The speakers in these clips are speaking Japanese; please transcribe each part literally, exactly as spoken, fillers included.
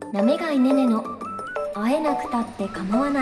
なめがいねねの会えなくたって構わない。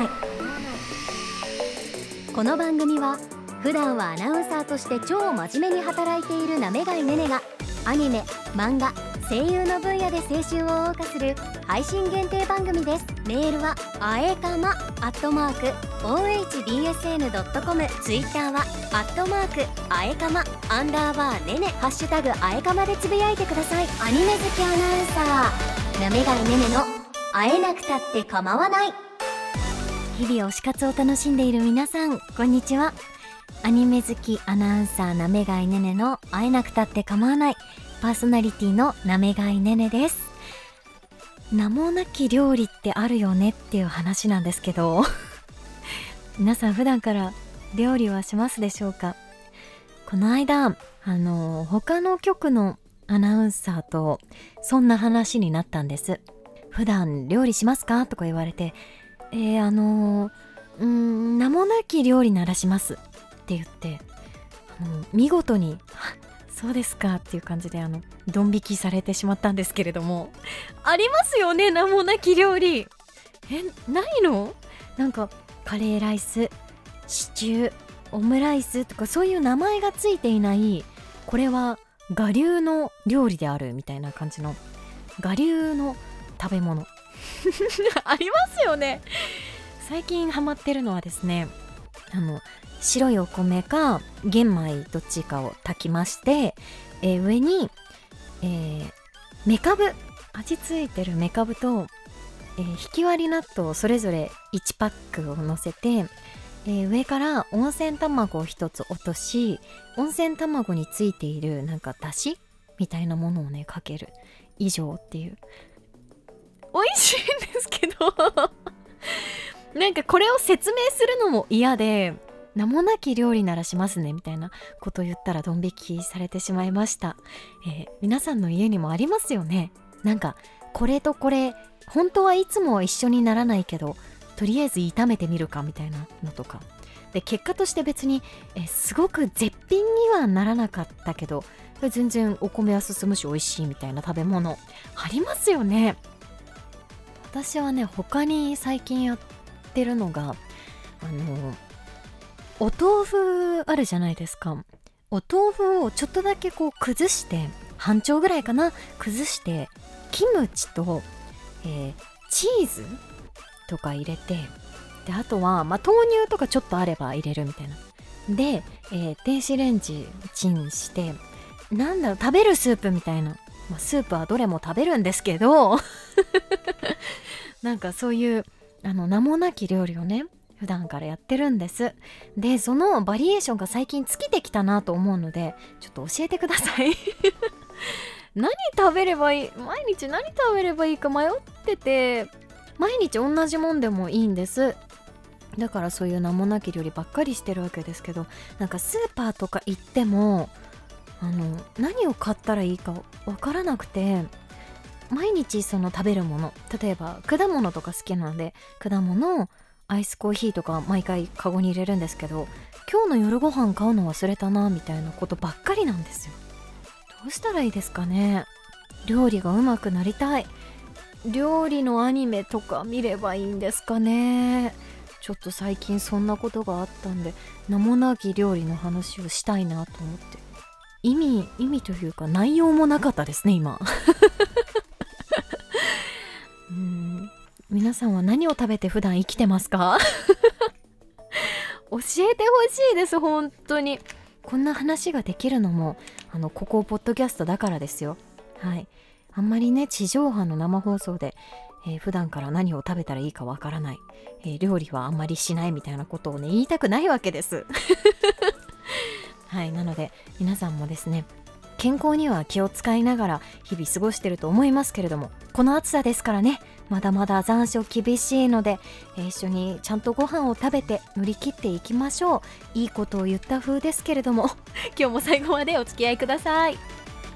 この番組は普段はアナウンサーとして超真面目に働いているなめがいねねがアニメ、漫画、声優の分野で青春を謳歌する配信限定番組です。メールはあえかまアットマーク オーエイチビーエスエヌドットコム、 ツイッターはアットマークあえかまアンダーバーねね、ハッシュタグあえかまでつぶやいてください。アニメ好きアナウンサーなめがいねねの会えなくたって構わない。日々推し活を楽しんでいる皆さん、こんにちは。アニメ好きアナウンサーなめがいねねの会えなくたって構わないパーソナリティのなめがいねねです。名もなき料理ってあるよねっていう話なんですけど皆さん普段から料理はしますでしょうか。この間あの他の局のアナウンサーとそんな話になったんです。普段料理しますかとか言われて、えー、あのうーん名もなき料理ならしますって言って、あの見事にそうですかっていう感じであのドン引きされてしまったんですけれども、ありますよね、名もなき料理。え、ないの？なんかカレーライス、シチュー、オムライスとかそういう名前がついていない、これは我流の料理であるみたいな感じの我流の食べ物ありますよね。最近ハマってるのはですね、あの白いお米か玄米どっちかを炊きまして、えー、上に、えー、めかぶ、味ついてるめかぶと、えー、ひき割り納豆それぞれいちパックを乗せて、えー、上から温泉卵をひとつ落とし、温泉卵についているなんかだしみたいなものをねかける以上っていう。美味しいんですけどなんかこれを説明するのも嫌で、名もなき料理ならしますねみたいなことを言ったらドン引きされてしまいました。えー、皆さんの家にもありますよね。なんかこれとこれ本当はいつもは一緒にならないけどとりあえず炒めてみるかみたいなのとかで、結果として別に、えー、すごく絶品にはならなかったけど全然お米は進むし美味しいみたいな食べ物ありますよね。私はね他に最近やってるのがあのお豆腐あるじゃないですか。お豆腐をちょっとだけこう崩して、半丁ぐらいかな崩してキムチと、えー、チーズとか入れて、であとは、まあ、豆乳とかちょっとあれば入れるみたいなで、えー、電子レンジチンして、なんだろう食べるスープみたいな、まあ、スープはどれも食べるんですけどなんかそういうあの名もなき料理をね普段からやってるんです。でそのバリエーションが最近尽きてきたなと思うのでちょっと教えてください何食べればいい、毎日何食べればいいか迷ってて、毎日同じもんでもいいんです。だからそういう名もなき料理ばっかりしてるわけですけど、なんかスーパーとか行ってもあの何を買ったらいいかわからなくて、毎日その食べるもの、例えば果物とか好きなので果物、アイスコーヒーとか毎回カゴに入れるんですけど、今日の夜ご飯買うの忘れたなみたいなことばっかりなんですよ。どうしたらいいですかね。料理がうまくなりたい。料理のアニメとか見ればいいんですかね。ちょっと最近そんなことがあったんで、名もなき料理の話をしたいなと思って。意味意味というか内容もなかったですね今うーん、皆さんは何を食べて普段生きてますか教えてほしいです。本当にこんな話ができるのもあのここポッドキャストだからですよ。はい、あんまりね地上波の生放送で、えー、普段から何を食べたらいいかわからない、えー、料理はあんまりしないみたいなことをね言いたくないわけですはい、なので皆さんもですね健康には気を使いながら日々過ごしてると思いますけれども、この暑さですからねまだまだ残暑厳しいので、えー、一緒にちゃんとご飯を食べて乗り切っていきましょう。いいことを言った風ですけれども今日も最後までお付き合いください。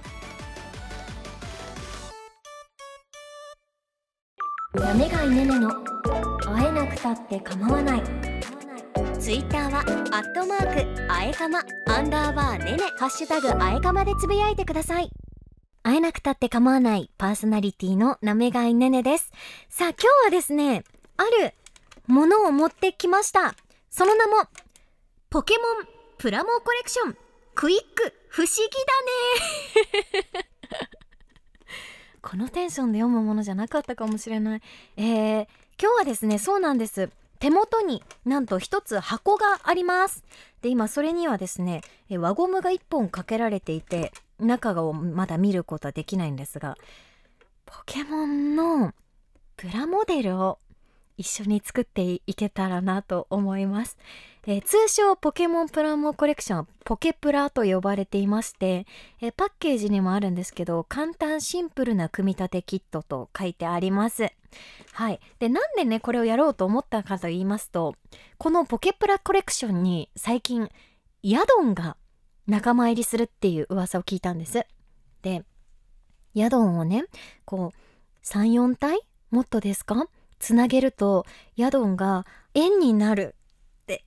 なめがいねねの会えなくたって構わない。ツイッターはアットマークあえかまアンダーバーねね、ハッシュタグあえかまでつぶやいてください。 会えなくたって構わないパーソナリティのなめがいねねです。さあ今日はですね、あるものを持ってきました。その名もポケモンプラモコレクションクイック不思議だねこのテンションで読むものじゃなかったかもしれない。えー、今日はですね、そうなんです、手元になんと一つ箱があります。で今それにはですね、輪ゴムが一本かけられていて、中をまだ見ることはできないんですが、ポケモンのプラモデルを一緒に作っていけたらなと思います。えー、通称ポケモンプラモコレクションポケプラと呼ばれていまして、えー、パッケージにもあるんですけど、簡単シンプルな組み立てキットと書いてあります。はい。でなんでねこれをやろうと思ったかと言いますと、このポケプラコレクションに最近ヤドンが仲間入りするっていう噂を聞いたんです。でヤドンをねこう さん,よん 体もっとですかつなげるとヤドンが円になるって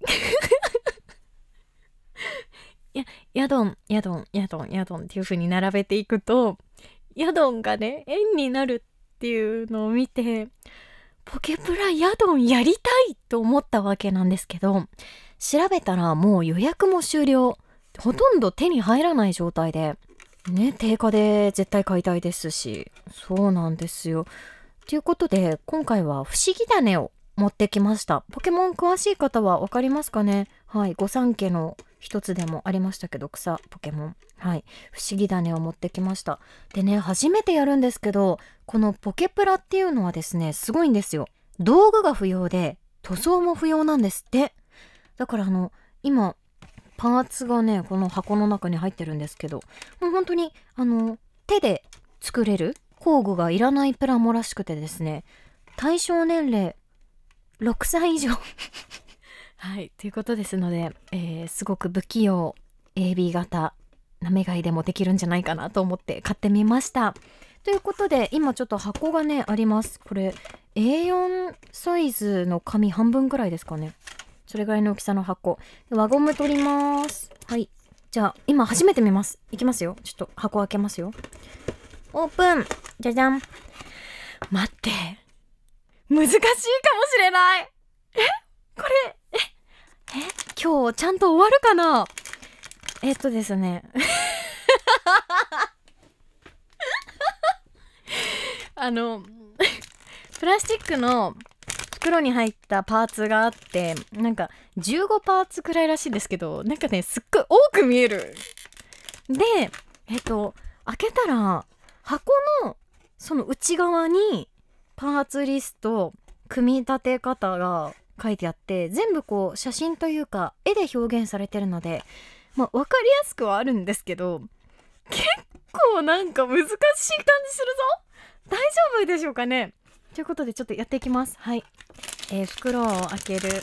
やヤドンヤドンヤドンヤドンっていう風に並べていくと、ヤドンがね円になるっていうのを見て、ポケプラヤドンやりたいと思ったわけなんですけど、調べたらもう予約も終了、ほとんど手に入らない状態でね、定価で絶対買いたいですし、そうなんですよ。ということで今回は不思議種を持ってきました。ポケモン詳しい方は分かりますかね。はい、御三家の一つでもありましたけど、草ポケモン、はい、不思議種を持ってきました。でね、初めてやるんですけど、このポケプラっていうのはですねすごいんですよ。道具が不要で塗装も不要なんですって。だからあの今パーツがねこの箱の中に入ってるんですけど、もう本当にあの手で作れる工具がいらないプラモらしくてですね、対象年齢ろくさい以上はいということですので、えー、すごく不器用 エービー 型なめがいでもできるんじゃないかなと思って買ってみました。ということで今ちょっと箱がねあります。これ エーよん サイズの紙半分くらいですかね、それぐらいの大きさの箱。輪ゴム取ります。はい、じゃあ今初めて見ます。いきますよ。ちょっと箱開けますよ。オープン。じゃじゃん。待って、難しいかもしれない。えこれええ今日ちゃんと終わるかな。えっとですねあのプラスチックの袋に入ったパーツがあって、なんかじゅうごパーツくらいらしいんですけど、なんかねすっごい多く見える。でえっと開けたら箱のその内側にパーツリスト、組み立て方が書いてあって、全部こう写真というか絵で表現されてるので、まあ分かりやすくはあるんですけど、結構なんか難しい感じするぞ。大丈夫でしょうかね。ということでちょっとやっていきます。はい、えー、袋を開ける。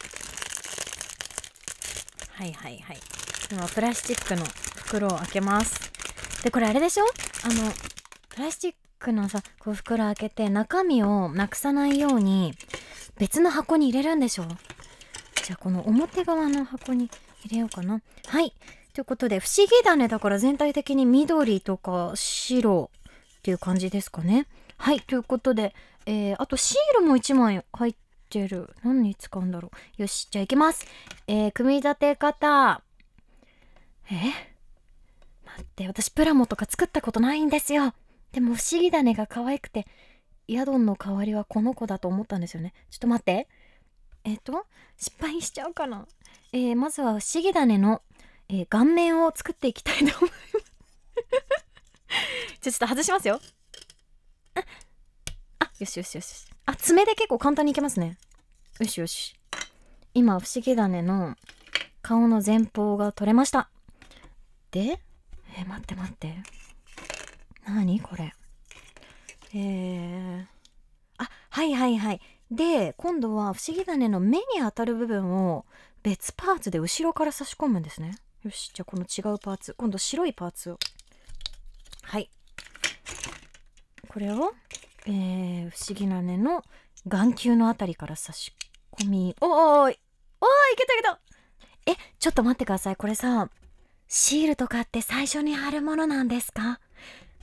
はいはいはい、今プラスチックの袋を開けます。でこれあれでしょ、あのプラスチックのさこう袋開けて中身をなくさないように別の箱に入れるんでしょ。じゃあこの表側の箱に入れようかな。はい、ということで不思議種だから全体的に緑とか白っていう感じですかね。はい、ということで、えー、あとシールもいちまい入ってる。何に使うんだろう。よし、じゃあいきます。えー、組み立て方。え待って、私プラモとか作ったことないんですよ。でも不思議種が可愛くて、ヤドンの代わりはこの子だと思ったんですよね。ちょっと待って。えっ、ー、と失敗しちゃうかな。えー、まずは不思議種の、えー、顔面を作っていきたいと思いますじゃあちょっと外しますよ。ああ、よしよしよし。あ、爪で結構簡単にいけますね。よしよし。今不思議種の顔の前方が取れました。でえー、待って待って、何これ。えー、あ、はいはいはい。で今度は不思議種の目に当たる部分を別パーツで後ろから差し込むんですね。よし、じゃあこの違うパーツ、今度白いパーツを、はい、これを、えー、不思議種の眼球のあたりから差し込み、おーいおーい、いけたいけた。え、ちょっと待ってください。これさ、シールとかって最初に貼るものなんですか？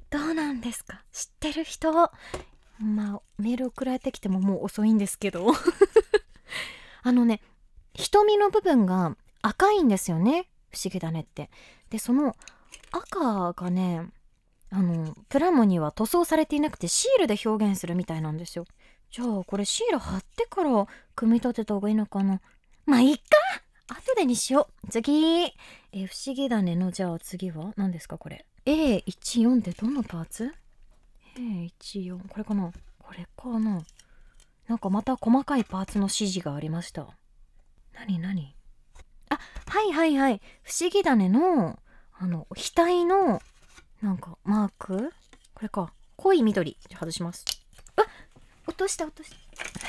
どうなんですか、知ってる人。まあメール送られてきてももう遅いんですけどあのね、瞳の部分が赤いんですよね、不思議だねって。でその赤がね、あのプラモには塗装されていなくてシールで表現するみたいなんですよ。じゃあこれシール貼ってから組み立てた方がいいのかな。まあいっか、後でにしよう。次、えー不思議種の、じゃあ次は何ですかこれ。 エーじゅうよん ってどのパーツ？ エーじゅうよん これかな、これかな。なんかまた細かいパーツの指示がありました。なになに、あ、はいはいはい、不思議種のあの額のなんかマーク、これか、濃い緑。じゃあ外します。あ、落とした落とした。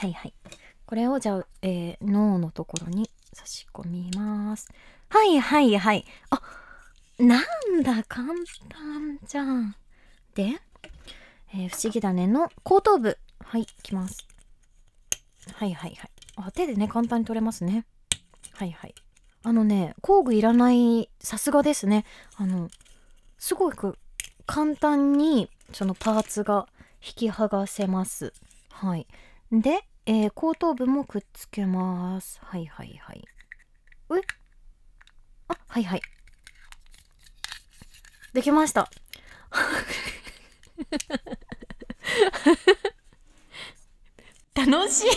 はいはい、これをじゃあ、えー、脳のところに差し込みます。はいはいはい、あ、なんだ簡単じゃん。で、えー不思議種の後頭部、はい、いきます。はいはいはい、あ、手でね簡単に取れますね。はいはい、あのね、工具いらない、さすがですね。あのすごく簡単にそのパーツが引き剥がせます。はい。で、えー後頭部もくっつけます。はいはいはい。え、あ、はいはい。できました。楽しい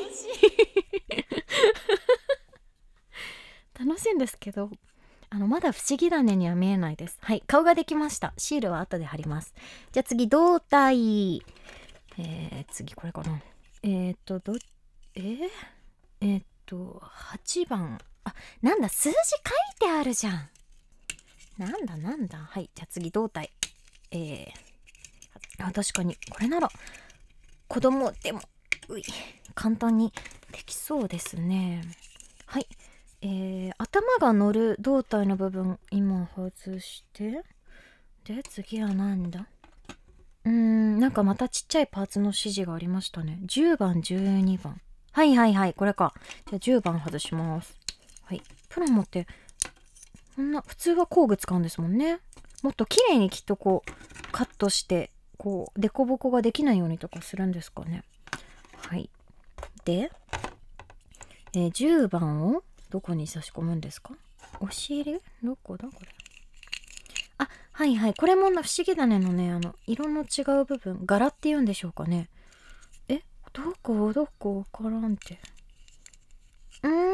楽しいんですけど、あのまだ不思議種には見えないです。はい、顔ができました。シールは後で貼ります。じゃあ次、胴体。えー、次これかな。えー、っとどえー、えー、っとはちばん。あ、なんだ、数字書いてあるじゃん。なんだなんだ。はい、じゃあ次、胴体。えー、あ、確かにこれなら子供でもうい簡単にできそうですね。はい、えー、頭が乗る胴体の部分今外して、で次はなんだ、うーん、なんかまたちっちゃいパーツの指示がありましたね。じゅうばんじゅうにばん、はいはいはい、これか。じゃあじゅうばん外します。はい、プラモってこんな普通は工具使うんですもんね。もっと綺麗にきっとこうカットしてこうデコボコができないようにとかするんですかね。はい、で、えー、じゅうばんをどこに差し込むんですか？お尻どこだこれ。あ、はいはい、これもな不思議種のね、あの色の違う部分、柄って言うんでしょうかね。え、どこどこわからんて。うーん、わかん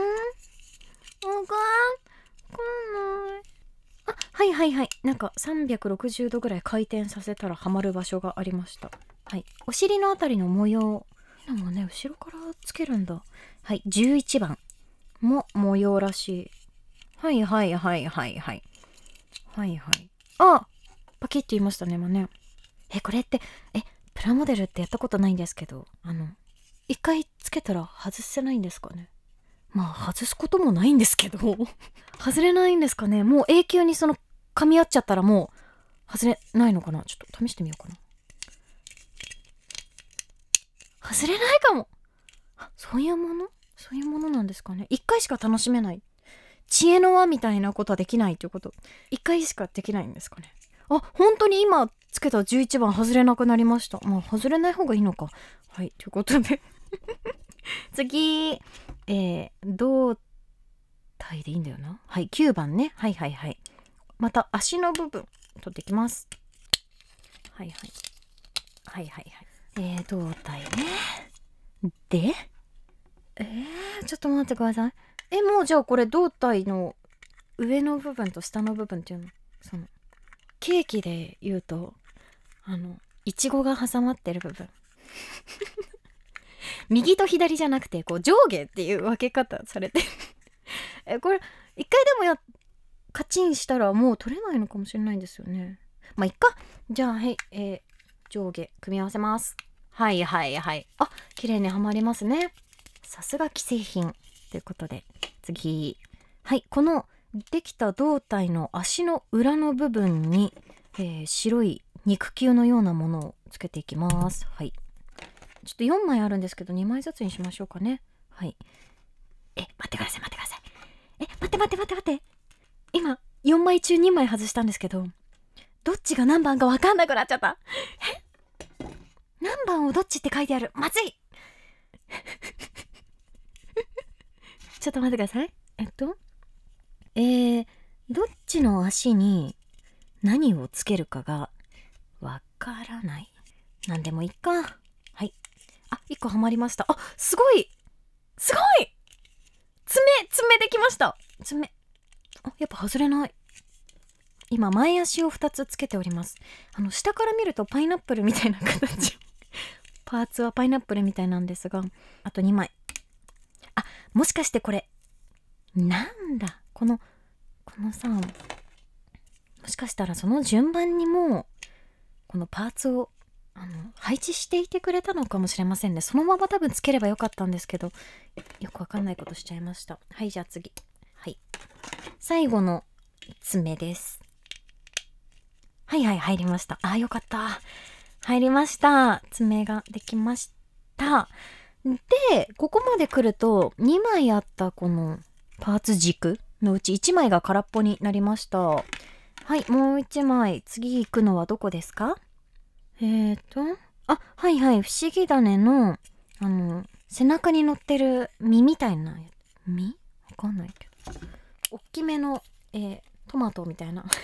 ない。あ、はいはいはい、なんかさんびゃくろくじゅうどぐらい回転させたらハマる場所がありました。はい、お尻のあたりの模様のもね、後ろからつけるんだ。はい、じゅういちばんも模様らしい。はいはいはいはいはいはいはい、あ、パキッて言いましたね今ね。え、これってえプラモデルってやったことないんですけど、あの一回つけたら外せないんですかね。まあ外すこともないんですけど外れないんですかね。もう永久にその噛み合っちゃったらもう外れないのかな。ちょっと試してみようかな。外れないかも。あ、そういうものそういうものなんですかね。一回しか楽しめない、知恵の輪みたいなことはできないということ、一回しかできないんですかね。あ、本当に今つけたじゅういちばん外れなくなりました。まあ外れない方がいいのか。はい、ということで次、えー、胴体でいいんだよな。はい、きゅうばんね。はいはいはい、また足の部分取ってきます。はいはいはいはいはい、えー、胴体ね。で、えー、ちょっと待ってください。え、もうじゃあこれ胴体の上の部分と下の部分っていうの、そのケーキで言うとあのいちごが挟まってる部分右と左じゃなくてこう上下っていう分け方されてえ、これ一回でもやカチンしたらもう取れないのかもしれないんですよね。まあいっか。じゃあはい、えー、上下組み合わせます。はいはいはい、あ、綺麗にはまりますね。さすが既製品ということで、次、はい、このできた胴体の足の裏の部分に、えー、白い肉球のようなものをつけていきます。はい、ちょっとよんまいあるんですけどにまいずつにしましょうかね。はい、え、待ってください待ってください。え、待って待って待って待って、今よんまい中にまい外したんですけど、 どっちが何番か分かんなくなっちゃった。え、何番をどっちって書いてある。まずいちょっと待ってください。えっとえー、どっちの足に何をつけるかがわからない。なんでもいいか。はい。あ、いっこはまりました。あ、すごいすごい爪爪できました。爪、あ、やっぱ外れない。今前足をふたつつけております。あの下から見るとパイナップルみたいな形パーツはパイナップルみたいなんですが、あとにまい。あ、もしかしてこれなんだ、このこのさ、もしかしたらその順番にもうこのパーツをあの配置していてくれたのかもしれませんね。そのまま多分つければよかったんですけど、よくわかんないことしちゃいました。はい、じゃあ次。はい、最後の爪です。はいはい、入りました。あ、よかった、入りました。爪ができました。でここまで来るとにまいあったこのパーツ軸のうちいちまいが空っぽになりました。はい、もういちまい。次行くのはどこですか？えーとあ、はいはい、不思議種のあの背中に乗ってる実みたいなやつ。実？わかんないけどおっきめの、えー、トマトみたいな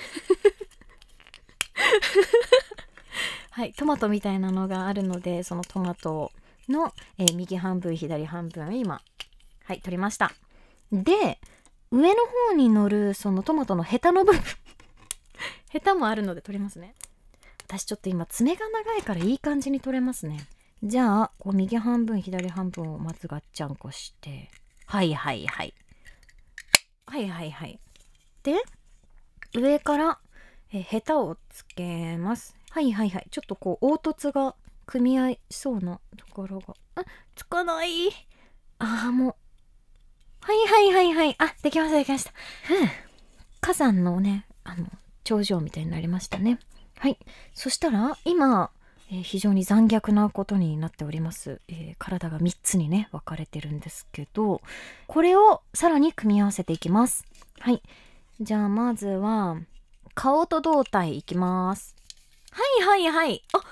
はい、トマトみたいなのがあるので、そのトマトの、えー、右半分左半分今はい取りました。で上の方に乗るそのトマトのヘタの部分ヘタもあるので取りますね。私ちょっと今爪が長いからいい感じに取れますね。じゃあこう右半分左半分をまずガッチャンコして、はいはいはいはいはいはい。で上からえヘタをつけます。はいはいはい。ちょっとこう凹凸が組み合いそうなところが、あ、つかない。ああ、もうはいはいはいはい。あ、できましたできました。ふう、火山のね、あの頂上みたいになりましたね。はい、そしたら今、えー、非常に残虐なことになっております、えー、体がみっつにね分かれてるんですけど、これをさらに組み合わせていきます。はい、じゃあまずは顔と胴体いきます。はいはいはい。あ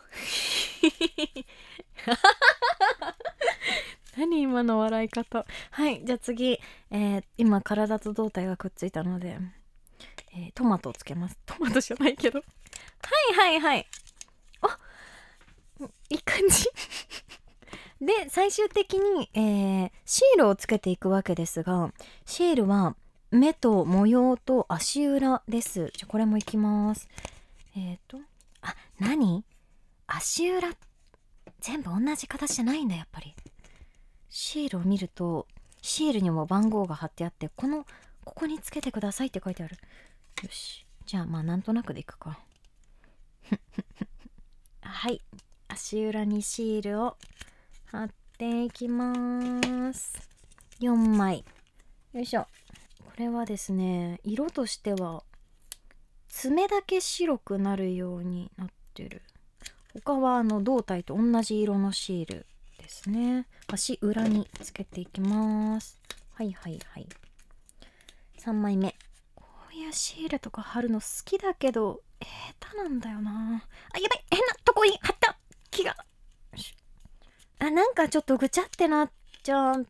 何今の笑い方。はい、じゃあ次、えー、今体と胴体がくっついたので、えー、トマトをつけます。トマトじゃないけどはいはいはい。あ、いい感じで最終的に、えー、シールをつけていくわけですが、シールは目と模様と足裏です。じゃあこれもいきます。えっとあ、何、足裏全部同じ形じゃないんだ。やっぱりシールを見るとシールにも番号が貼ってあって、このここにつけてくださいって書いてある。よし、じゃあまあなんとなくでいくかはい、足裏にシールを貼っていきます。よんまい。よいしょ。これはですね、色としては爪だけ白くなるようになってる。他はあの胴体と同じ色のシールですね。足裏につけていきます。はいはいはい。さんまいめ。こういうシールとか貼るの好きだけど下手なんだよなあ。やばい、変なとこに貼った気が。あ、なんかちょっとぐちゃってなっちゃった。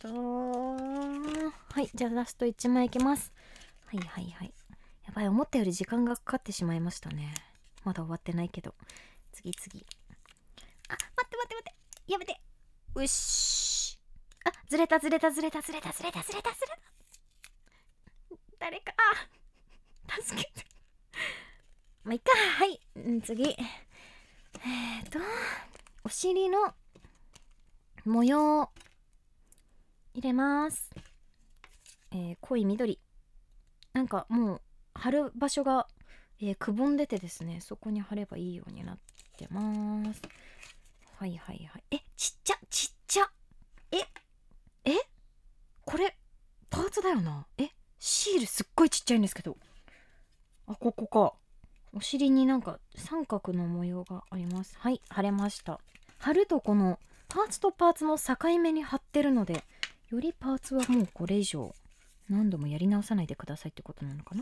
はい、じゃあラストいちまいいきます。はいはいはい。やばい、思ったより時間がかかってしまいましたね。まだ終わってないけど。次次。あ、待って待って待って、やめて。うっし。あ、ずれたずれたずれたずれたずれたずれたずれた。誰か助けて。まあいっか。はい、次。えーとお尻の模様入れます。えー、濃い緑。なんかもう貼る場所が、えー、くぼんでてですね、そこに貼ればいいようになってます。はいはいはい。え、ちっちゃちっちゃ。ええこれパーツだよな。え、シールすっごいちっちゃいんですけど。あ、ここか。お尻になんか三角の模様があります。はい、貼れました。貼るとこのパーツとパーツの境目に貼ってるので、よりパーツはもうこれ以上何度もやり直さないでくださいってことなのかな。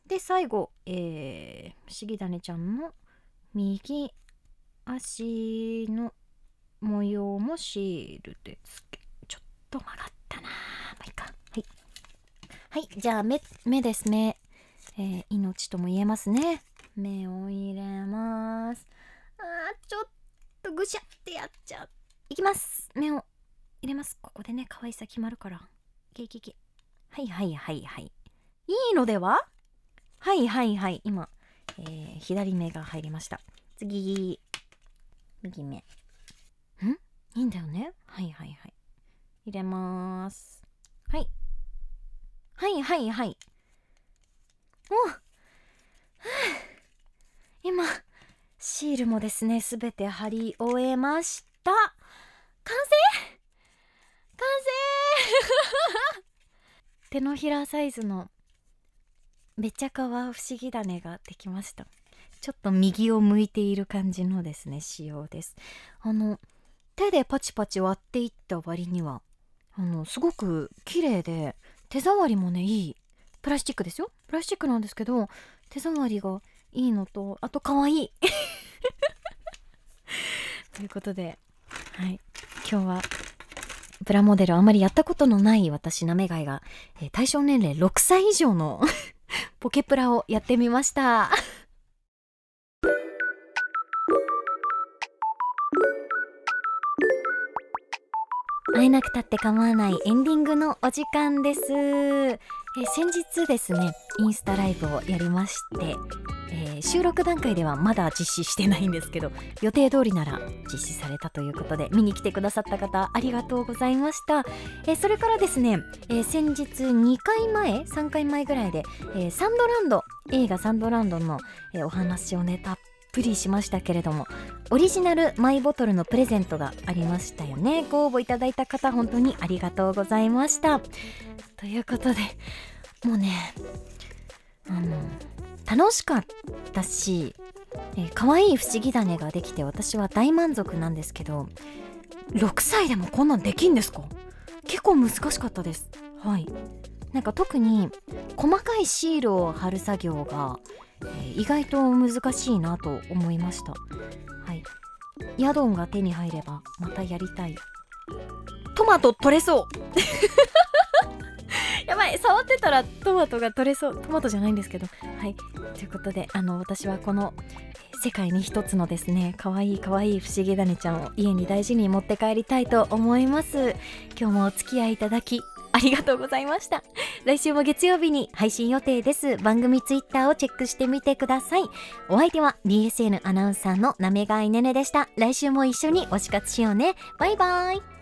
で最後、えー、不思議種ちゃんの右足の模様もシールでつけ、ちょっと曲がったな、まあいいか。はいはい、じゃあ目目です目、えー、命とも言えますね。目を入れます。あーちょっとぐしゃってやっちゃう。いきます。目を入れます。ここでね可愛さ決まるから。ケーキケはいはいはいはい、いいのでは。はいはいはい、今、えー、左目が入りました。次右目、んいいんだよね。はいはいはい、入れます。はいはいはいはい、おっ、今シールもですねすべて貼り終えました。完成完成手のひらサイズのめちゃかわ不思議種ができました。ちょっと右を向いている感じのですね仕様です。あの手でパチパチ割っていった割にはあのすごく綺麗で、手触りもねいい。プラスチックですよ、プラスチックなんですけど手触りがいいのと、あと可愛いということで、はい、今日はプラモデルあまりやったことのない私なめがいが、えー、対象年齢ろくさい以上のポケプラをやってみました。会えなくたって構わないエンディングのお時間です。えー、先日ですねインスタライブをやりまして、えー、収録段階ではまだ実施してないんですけど、予定通りなら実施されたということで、見に来てくださった方ありがとうございました。えー、それからですね、えー、先日にかいまえさんかいまえぐらいで、えー、サンドランド映画サンドランドの、えー、お話をねたっぷりしましたけれども、オリジナルマイボトルのプレゼントがありましたよね。ご応募いただいた方本当にありがとうございました。ということで、もうねあの楽しかったし、えー、可愛い不思議種ができて私は大満足なんですけど、ろくさいでもこんなんできんですか？結構難しかったです。はい、なんか特に細かいシールを貼る作業が、えー、意外と難しいなと思いました。はい、ヤドンが手に入ればまたやりたい。トマト取れそうやばい、触ってたらトマトが取れそう。トマトじゃないんですけど。はい、ということで、あの私はこの世界に一つのですねかわいいかわいい不思議種ちゃんを家に大事に持って帰りたいと思います。今日もお付き合いいただきありがとうございました。来週も月曜日に配信予定です。番組ツイッターをチェックしてみてください。お相手は ディーエスエヌ アナウンサーのなめがいねねでした。来週も一緒に推し活しようね。バイバイ。